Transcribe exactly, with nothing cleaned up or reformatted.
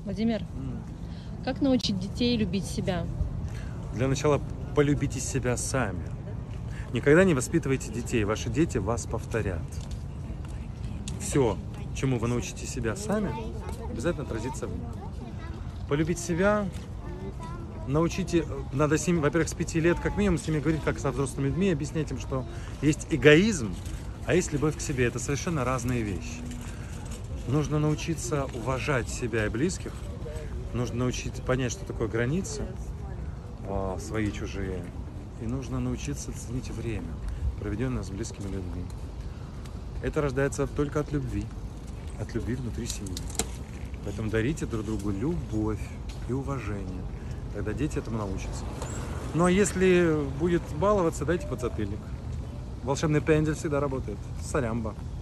Владимир, М. как научить детей любить себя? Для начала полюбите себя сами. Никогда не воспитывайте детей. Ваши дети вас повторят. Все, чему вы научите себя сами, обязательно отразится в них. Полюбить себя, научите, надо с ними, во-первых, с пяти лет, как минимум, с ними говорить, как со взрослыми людьми, объяснять им, что есть эгоизм, а есть любовь к себе. Это совершенно разные вещи. Нужно научиться уважать себя и близких. Нужно научиться понять, что такое границы, а, свои, чужие. И нужно научиться ценить время, проведенное с близкими людьми. Это рождается только от любви. От любви внутри семьи. Поэтому дарите друг другу любовь и уважение. Тогда дети этому научатся. Ну а если будет баловаться, дайте подзатыльник. Волшебный пендель всегда работает. Сарямба.